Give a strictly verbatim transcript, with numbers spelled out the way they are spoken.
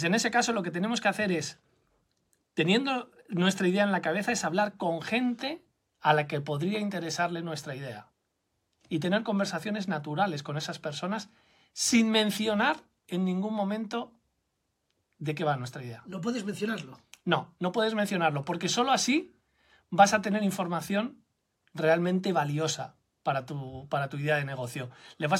En ese caso lo que tenemos que hacer es, teniendo nuestra idea en la cabeza, es hablar con gente a la que podría interesarle nuestra idea y tener conversaciones naturales con esas personas sin mencionar en ningún momento de qué va nuestra idea. No puedes mencionarlo. No, no puedes mencionarlo, porque solo así vas a tener información realmente valiosa para tu, para tu idea de negocio. Le vas